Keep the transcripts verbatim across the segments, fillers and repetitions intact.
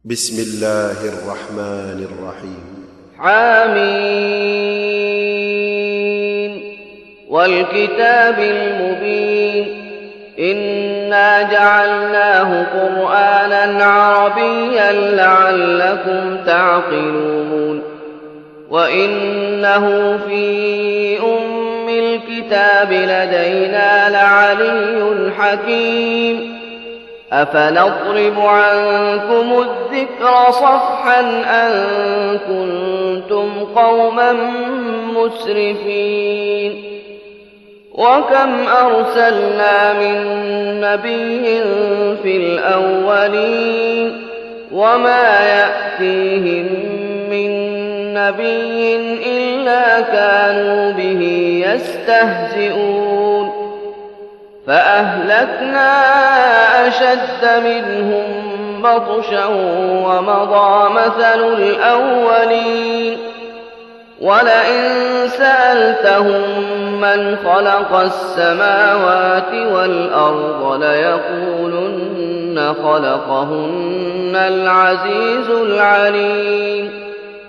بسم الله الرحمن الرحيم. حميم والكتاب المبين إنا جعلناه قرآنا عربيا لعلكم تعقلون وإنه في أم الكتاب لدينا لعلي حكيم أفنضرب عنكم الذكر صفحا أن كنتم قوما مسرفين وكم أرسلنا من نبي في الأولين وما يأتيهم من نبي إلا كانوا به يستهزئون فأهلكنا أشد منهم بطشا ومضى مثل الأولين ولئن سألتهم من خلق السماوات والأرض ليقولن خلقهن العزيز العليم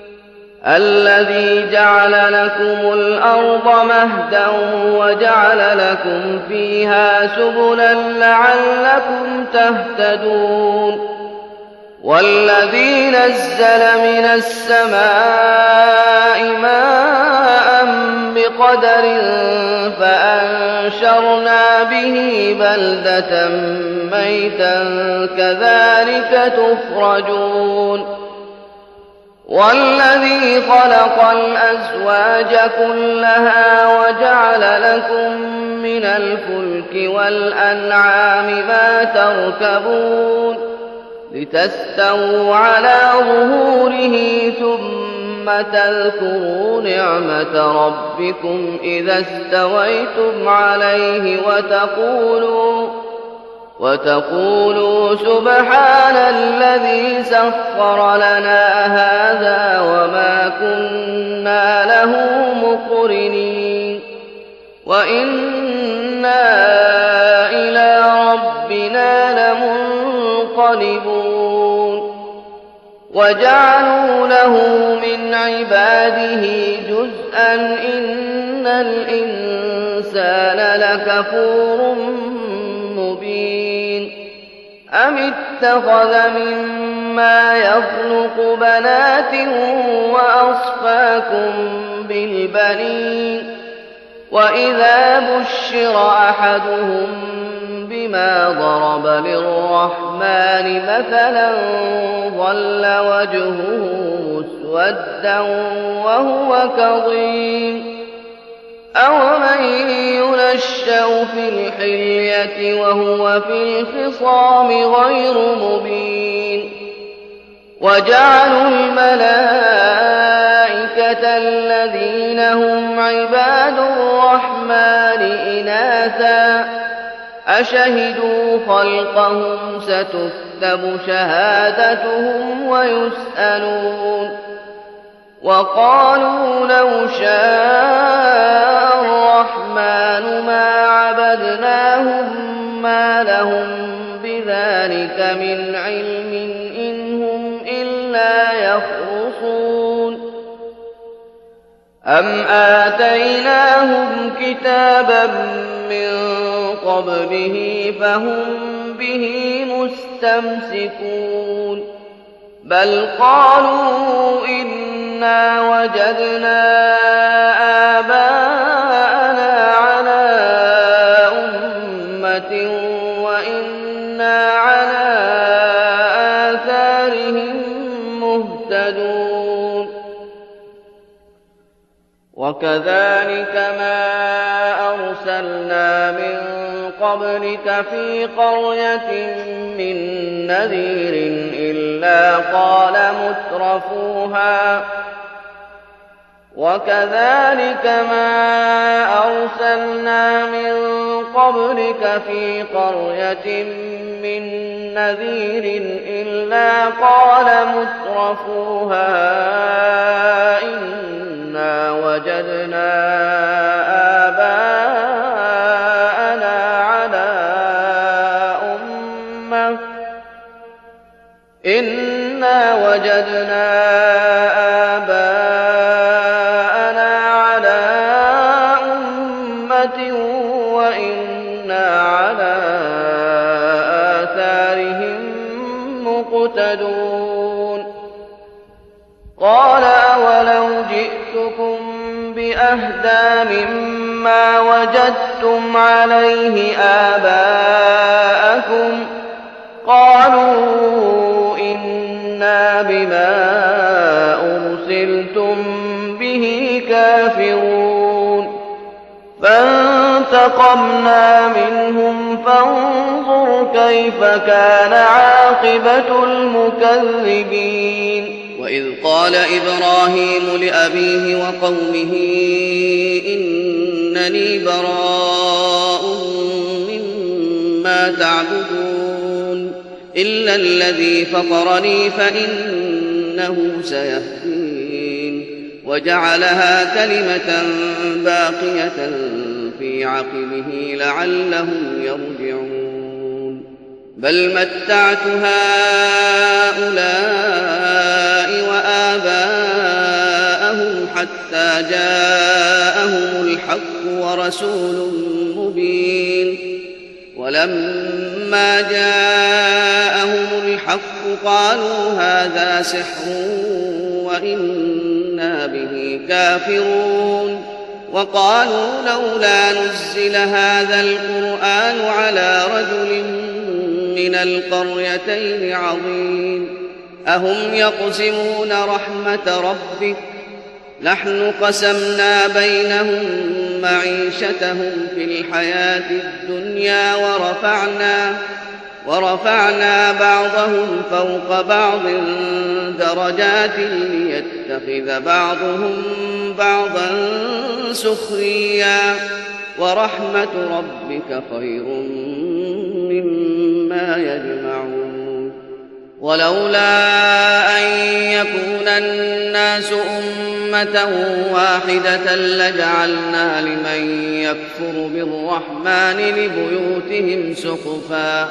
الذي جعل لكم الأرض مهدا وجعل لكم فيها سبلا لعلكم تهتدون والذي نزل من السماء ماء بقدر فأنشرنا به بلدة ميتا كذلك تخرجون والذي خلق الأزواج كلها وجعل لكم من الفلك والأنعام ما تركبون لتستووا على ظهوره ثم تذكروا نعمة ربكم إذا استويتم عليه وتقولوا وتقولوا سبحان الذي سخر لنا هذا وما كنا له مقرنين وإنا إلى ربنا لمنقلبون وجعلوا له من عباده جزءا إن الإنسان لكفور مبين أم اتخذ مما يخلق بنات وأصفاكم بالبنين وإذا بشر أحدهم بما ضرب للرحمن مثلا ظل وجهه مسودا وهو كظيم أومن ينشأ في الحلية وهو في الخصام غير مبين وجعلوا الملائكة الذين هم عباد الرحمن إناثا أشهدوا خلقهم ستكتب شهادتهم ويسألون وقالوا لو شاء الرحمن ما عبدناهم ما لهم بذلك من علم إن هم إلا يخرصون أم آتيناهم كتابا من قبله فهم به مستمسكون بل قالوا إنا وجدنا آباءنا على أمة وإنا على آثارهم مهتدون وكذلك ما أرسلنا من قبلك في قرية من نذير إلا قال مترفوها وكذلك ما أرسلنا من قبلك في قرية من نذير إلا قال مترفوها إنا وجدنا آباءنا على أمة إن إنا وجدنا آباءنا على أمة وإنا على آثارهم مقتدون قال أولو جئتكم بأهدى مما وجدتم عليه آباءكم قالوا إنا بما أرسلتم به كافرون فانتقمنا منهم فانظر كيف كان عاقبة المكذبين وإذ قال إبراهيم لأبيه وقومه إنني براء مما تعبدون إلا الذي فطرني فإنه سيهدين وجعلها كلمة باقية في عقبه لعلهم يرجعون بل متعت هؤلاء وآباءهم حتى جاءهم الحق ورسول مبين ولما جاءهم الحق قالوا هذا سحر وإنا به كافرون وقالوا لولا نزل هذا القرآن على رجل من القريتين عظيم أهم يقسمون رحمة ربك نحن قسمنا بينهم معيشتهم في الحياة الدنيا ورفعنا ورفعنا بعضهم فوق بعض درجات ليتخذ بعضهم بعضا سخريا ورحمة ربك خير مما يجمعون ولولا أن يكون الناس أمة واحدة لجعلنا لمن يكفر بالرحمن لبيوتهم سقفا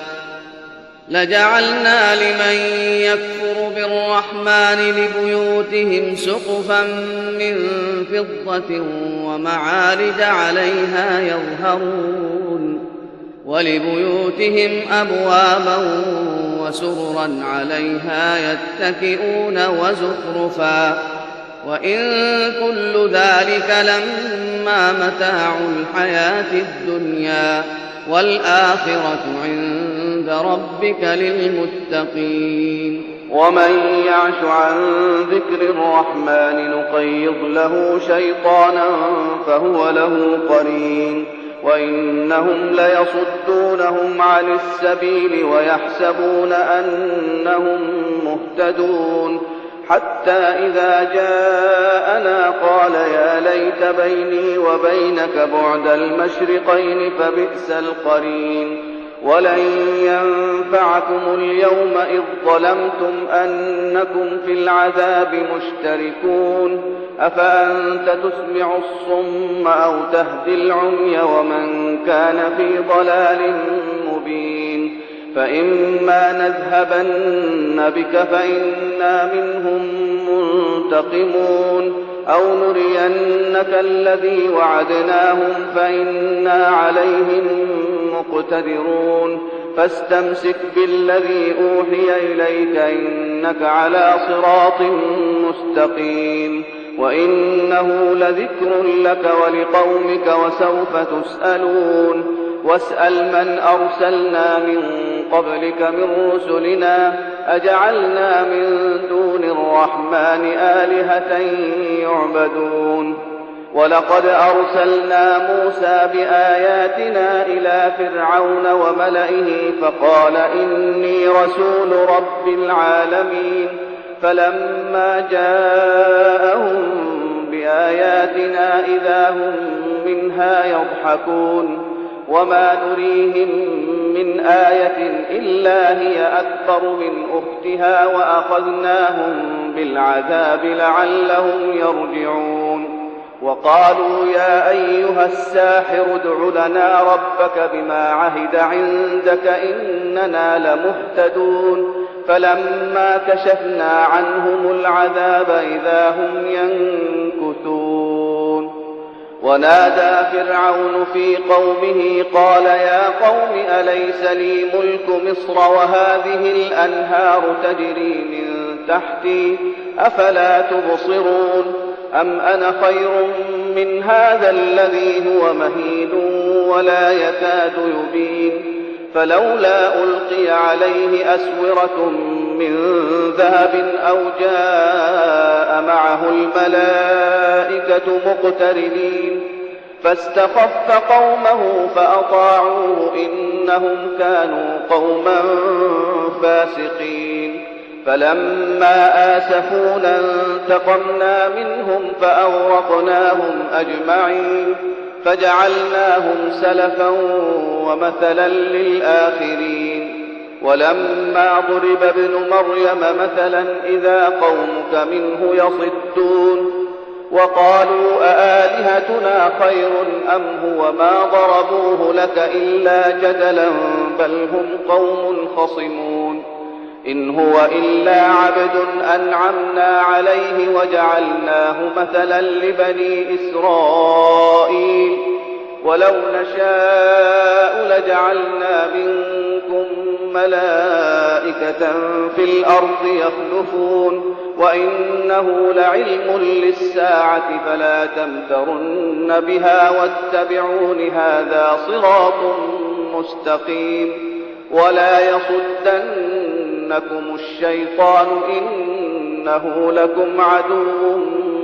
لجعلنا لمن يكفر بالرحمن لبيوتهم سقفا من فضة ومعارج عليها يظهرون ولبيوتهم أبوابا وسررا عليها يتكئون وزخرفا وإن كل ذلك لما متاع الحياة الدنيا والآخرة عند ربك للمتقين ومن يعش عن ذكر الرحمن نقيض له شيطانا فهو له قرين وإنهم ليصدونهم عن السبيل ويحسبون أنهم مهتدون حتى إذا جاءنا قال يا ليت بيني وبينك بعد المشرقين فبئس القرين ولن ينفعكم اليوم إذ ظلمتم أنكم في العذاب مشتركون أفأنت تسمع الصم أو تهدي العمي ومن كان في ضلال مبين فإما نذهبن بك فإنا منهم منتقمون أو نرينك الذي وعدناهم فإنا عليهم مقتدرون فاستمسك بالذي أوحي إليك إنك على صراط مستقيم وإنه لذكر لك ولقومك وسوف تسألون واسأل من أرسلنا من قبلك من رسلنا أجعلنا من دون الرحمن آلهة يعبدون ولقد أرسلنا موسى بآياتنا إلى فرعون وملئه فقال إني رسول رب العالمين فلما جاءهم بآياتنا إذا هم منها يضحكون وما نريهم من آية إلا هي أكبر من أختها وأخذناهم بالعذاب لعلهم يرجعون وقالوا يا أيها الساحر ادع لنا ربك بما عهد عندك إننا لمهتدون فلما كشفنا عنهم العذاب إذا هم ينكثون. ونادى فرعون في قومه قال يا قوم أليس لي ملك مصر وهذه الأنهار تجري من تحتي أفلا تبصرون أم أنا خير من هذا الذي هو مهين ولا يكاد يبين فلولا ألقي عليه أسورة من ذهب أو جاء معه الملائكة مقترنين فاستخف قومه فأطاعوه إنهم كانوا قوما فاسقين. فلما آسفونا انتقمنا منهم فأغرقناهم أجمعين فجعلناهم سلفا ومثلا للآخرين. ولما ضرب ابن مريم مثلا إذا قومك منه يصدون وقالوا أآلهتنا خير أم هو ما ضربوه لك إلا جدلا بل هم قوم خصمون. إن هو إلا عبد أنعمنا عليه وجعلناه مثلا لبني إسرائيل ولو نشاء لجعلنا منكم ملائكة في الأرض يخلفون وإنه لعلم للساعة فلا تمترن بها واتبعون هذا صراط مستقيم. ولا يصدنكم الشيطان إنه لكم عدو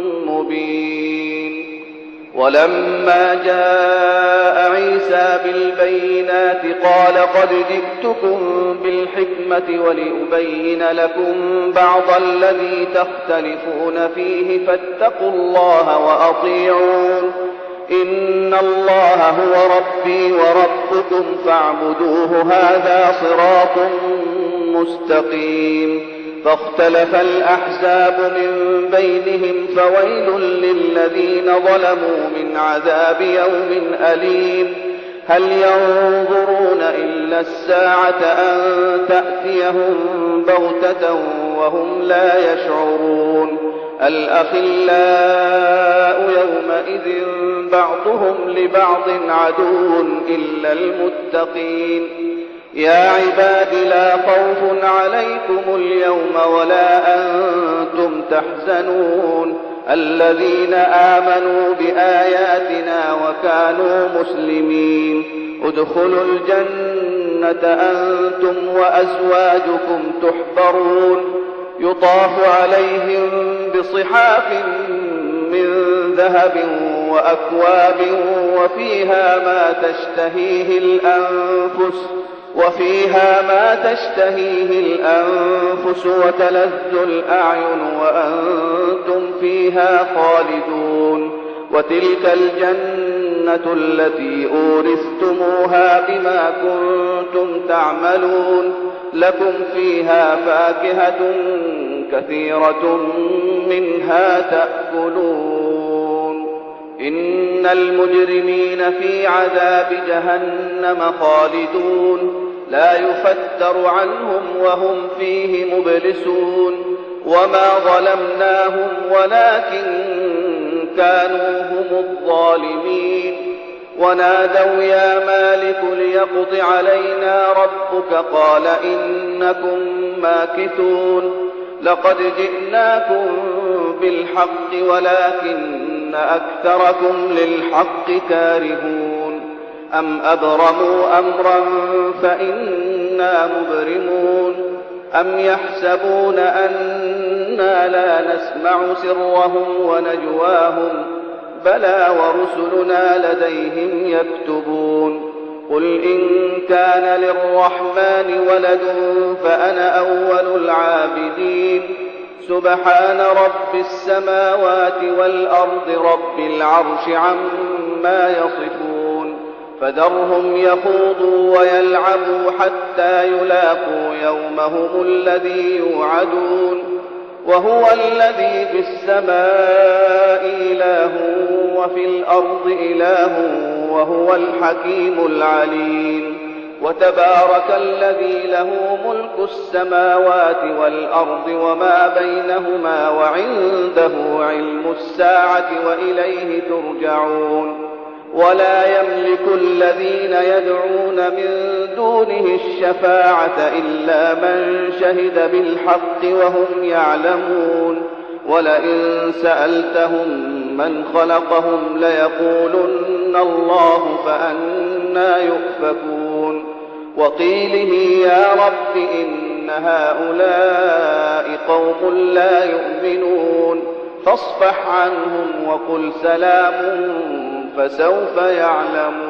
مبين. ولما جاء عيسى بالبينات قال قد جئتكم بالحكمة ولأبين لكم بعض الذي تختلفون فيه فاتقوا الله وأطيعون إن الله هو ربي وربكم فاعبدوه هذا صراط مستقيم. فاختلف الأحزاب من بينهم فويل للذين ظلموا من عذاب يوم أليم. هل ينظرون إلا الساعة أن تأتيهم بغتة وهم لا يشعرون. الأخلاء يومئذ بعضهم لبعض عدو إلا المتقين. يا عباد لا خوف عليكم اليوم ولا أنتم تحزنون الذين آمنوا بآياتنا وكانوا مسلمين ادخلوا الجنة أنتم وأزواجكم تحبرون يطاف عليهم بصحاف من ذهب وأكواب وفيها ما تشتهيه الأنفس وفيها ما تشتهيه الأنفس وتلذ الأعين وأنتم فيها خالدون. وتلك الجنة التي أورثتموها بما كنتم تعملون لكم فيها فاكهة كثيرة منها تأكلون. إن المجرمين في عذاب جهنم خالدون لا يفتر عنهم وهم فيه مبلسون. وما ظلمناهم ولكن كانوا هم الظالمين. ونادوا يا مالك ليقض علينا ربك قال إنكم ماكثون لقد جئناكم بالحق ولكن أكثركم للحق كارهون. أم أبرموا أمرا فإنا مبرمون أم يحسبون أنا لا نسمع سرهم ونجواهم بلى ورسلنا لديهم يكتبون. قل إن كان للرحمن ولد فأنا أول العابدين سبحان رب السماوات والأرض رب العرش عما يصفون. فذرهم يخوضوا ويلعبوا حتى يلاقوا يومهم الذي يوعدون. وهو الذي في السماء إله وفي الأرض إله وهو الحكيم العليم. وتبارك الذي له ملك السماوات والأرض وما بينهما وعنده علم الساعة وإليه ترجعون ولا يملك الذين يدعون من دونه الشفاعة إلا من شهد بالحق وهم يعلمون ولئن سألتهم من خلقهم ليقولن الله فأنى يؤفكون وقيله يا رب إن هؤلاء قوم لا يؤمنون فاصفح عنهم وقل سلام فسوف يعلمون.